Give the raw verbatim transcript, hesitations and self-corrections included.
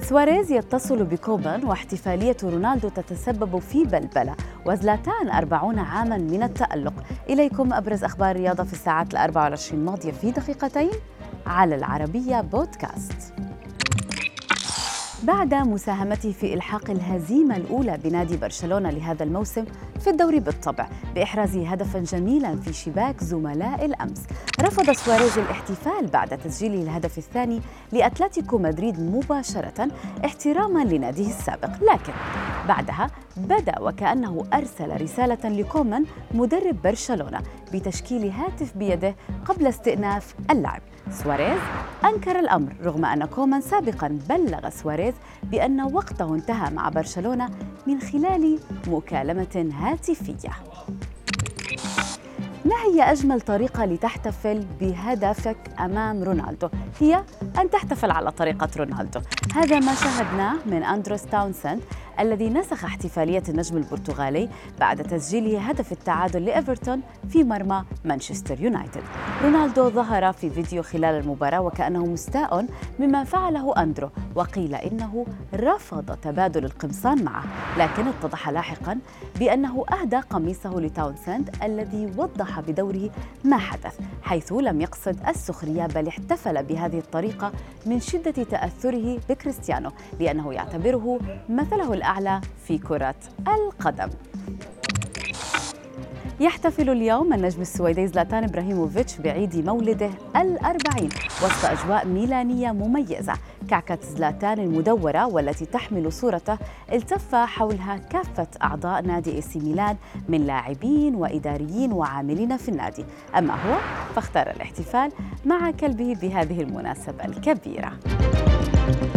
سواريز يتصل بكومان واحتفالية رونالدو تتسبب في بلبلة، وزلاتان أربعون عاماً من التألق. إليكم أبرز أخبار الرياضة في الساعات الأربع والعشرين الماضية في دقيقتين على العربية بودكاست. بعد مساهمته في إلحاق الهزيمة الأولى بنادي برشلونة لهذا الموسم في الدوري بالطبع بإحراز هدفاً جميلاً في شباك زملاء الأمس، رفض سواريز الاحتفال بعد تسجيله الهدف الثاني لأتلتيكو مدريد مباشرة احتراماً لناديه السابق، لكن بعدها بدأ وكأنه أرسل رسالة لكومان مدرب برشلونة بتشكيل هاتف بيده قبل استئناف اللعب. سواريز أنكر الأمر رغم أن كومان سابقاً بلغ سواريز بأن وقته انتهى مع برشلونة من خلال مكالمة هاتفية. ما هي أجمل طريقة لتحتفل بهدفك أمام رونالدو؟ هي أن تحتفل على طريقة رونالدو. هذا ما شاهدناه من أندروس تاونسند الذي نسخ احتفالية النجم البرتغالي بعد تسجيله هدف التعادل لإيفرتون في مرمى مانشستر يونايتد. رونالدو ظهر في فيديو خلال المباراة وكأنه مستاء مما فعله أندرو، وقيل إنه رفض تبادل القمصان معه، لكن اتضح لاحقاً بأنه أهدى قميصه لتاونسند الذي وضح بدوره ما حدث، حيث لم يقصد السخرية بل احتفل بهذه الطريقة من شدة تأثره بكريستيانو لأنه يعتبره مثله الأعلى في كرة القدم. يحتفل اليوم النجم السويدي زلاتان إبراهيموفيتش بعيد مولده الأربعين وسط أجواء ميلانية مميزة. كعكة زلاتان المدورة والتي تحمل صورته التف حولها كافة أعضاء نادي إي سي ميلان من لاعبين وإداريين وعاملين في النادي، أما هو فاختار الاحتفال مع كلبه بهذه المناسبة الكبيرة.